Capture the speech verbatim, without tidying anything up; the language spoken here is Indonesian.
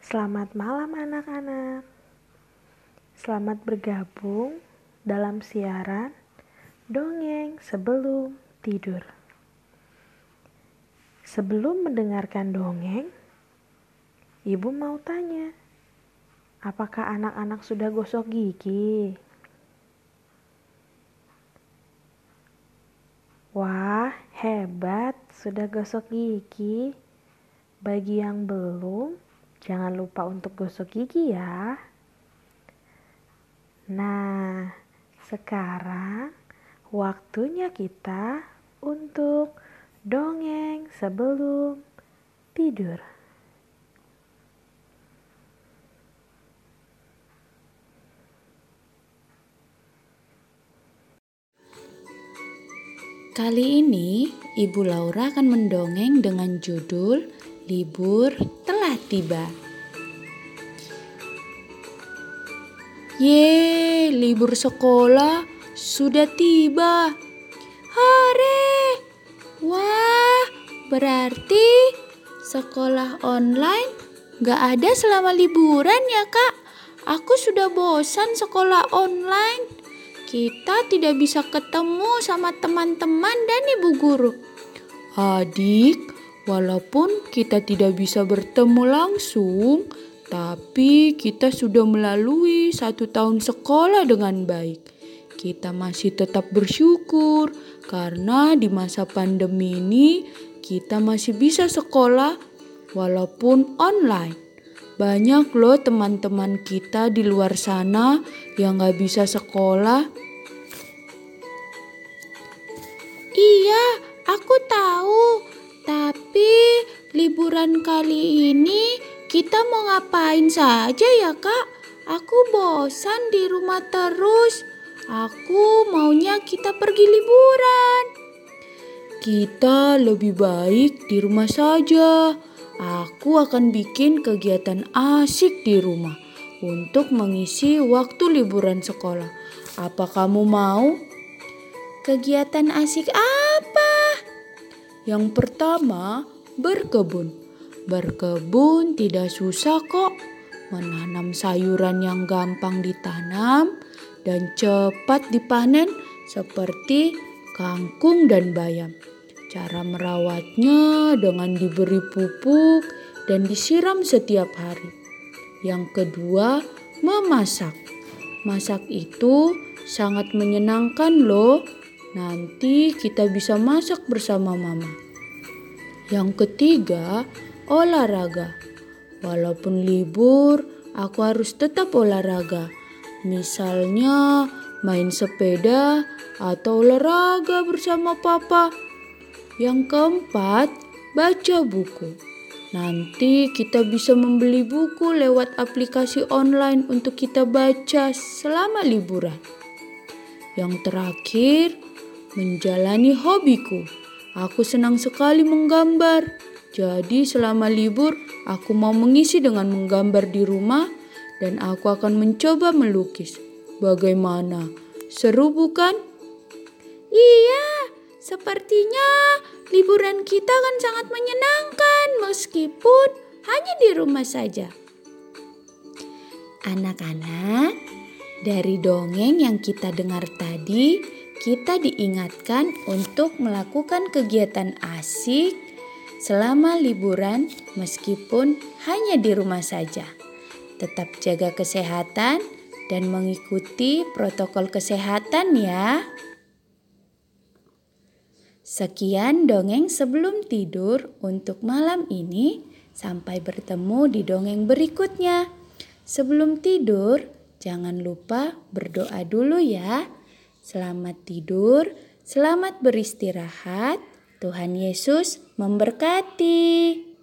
Selamat malam anak-anak. Selamat bergabung dalam siaran Dongeng Sebelum Tidur. Sebelum mendengarkan dongeng, Ibu mau tanya, apakah anak-anak sudah gosok gigi? Wah, hebat, sudah gosok gigi. Bagi yang belum, jangan lupa untuk gosok gigi ya. Nah, sekarang waktunya kita untuk dongeng sebelum tidur. Kali ini Ibu Laura akan mendongeng dengan judul Libur Telah Tiba. Ye, libur sekolah sudah tiba. Hore! Wah, berarti sekolah online gak ada selama liburan ya Kak? Aku sudah bosan sekolah online. Kita tidak bisa ketemu sama teman-teman dan ibu guru. Adik, walaupun kita tidak bisa bertemu langsung, tapi kita sudah melalui satu tahun sekolah dengan baik. Kita masih tetap bersyukur karena di masa pandemi ini kita masih bisa sekolah walaupun online. Banyak loh teman-teman kita di luar sana yang gak bisa sekolah. Iya, aku tahu. Tapi liburan kali ini kita mau ngapain saja ya Kak? Aku bosan di rumah terus. Aku maunya kita pergi liburan. Kita lebih baik di rumah saja. Aku akan bikin kegiatan asik di rumah untuk mengisi waktu liburan sekolah. Apa kamu mau? Kegiatan asik apa? Yang pertama, berkebun. Berkebun tidak susah kok. Menanam sayuran yang gampang ditanam dan cepat dipanen seperti kangkung dan bayam. Cara merawatnya dengan diberi pupuk dan disiram setiap hari. Yang kedua, memasak. Masak itu sangat menyenangkan loh. Nanti kita bisa masak bersama mama. Yang ketiga, olahraga. Walaupun libur, aku harus tetap olahraga. Misalnya main sepeda atau olahraga bersama papa. Yang keempat, baca buku. Nanti kita bisa membeli buku lewat aplikasi online untuk kita baca selama liburan. Yang terakhir, menjalani hobiku. Aku senang sekali menggambar. Jadi selama libur, aku mau mengisi dengan menggambar di rumah dan aku akan mencoba melukis. Bagaimana? Seru bukan? Iya. Sepertinya liburan kita kan sangat menyenangkan meskipun hanya di rumah saja. Anak-anak, dari dongeng yang kita dengar tadi, kita diingatkan untuk melakukan kegiatan asik selama liburan meskipun hanya di rumah saja. Tetap jaga kesehatan dan mengikuti protokol kesehatan ya. Sekian dongeng sebelum tidur untuk malam ini. Sampai bertemu di dongeng berikutnya. Sebelum tidur, jangan lupa berdoa dulu ya. Selamat tidur, selamat beristirahat. Tuhan Yesus memberkati.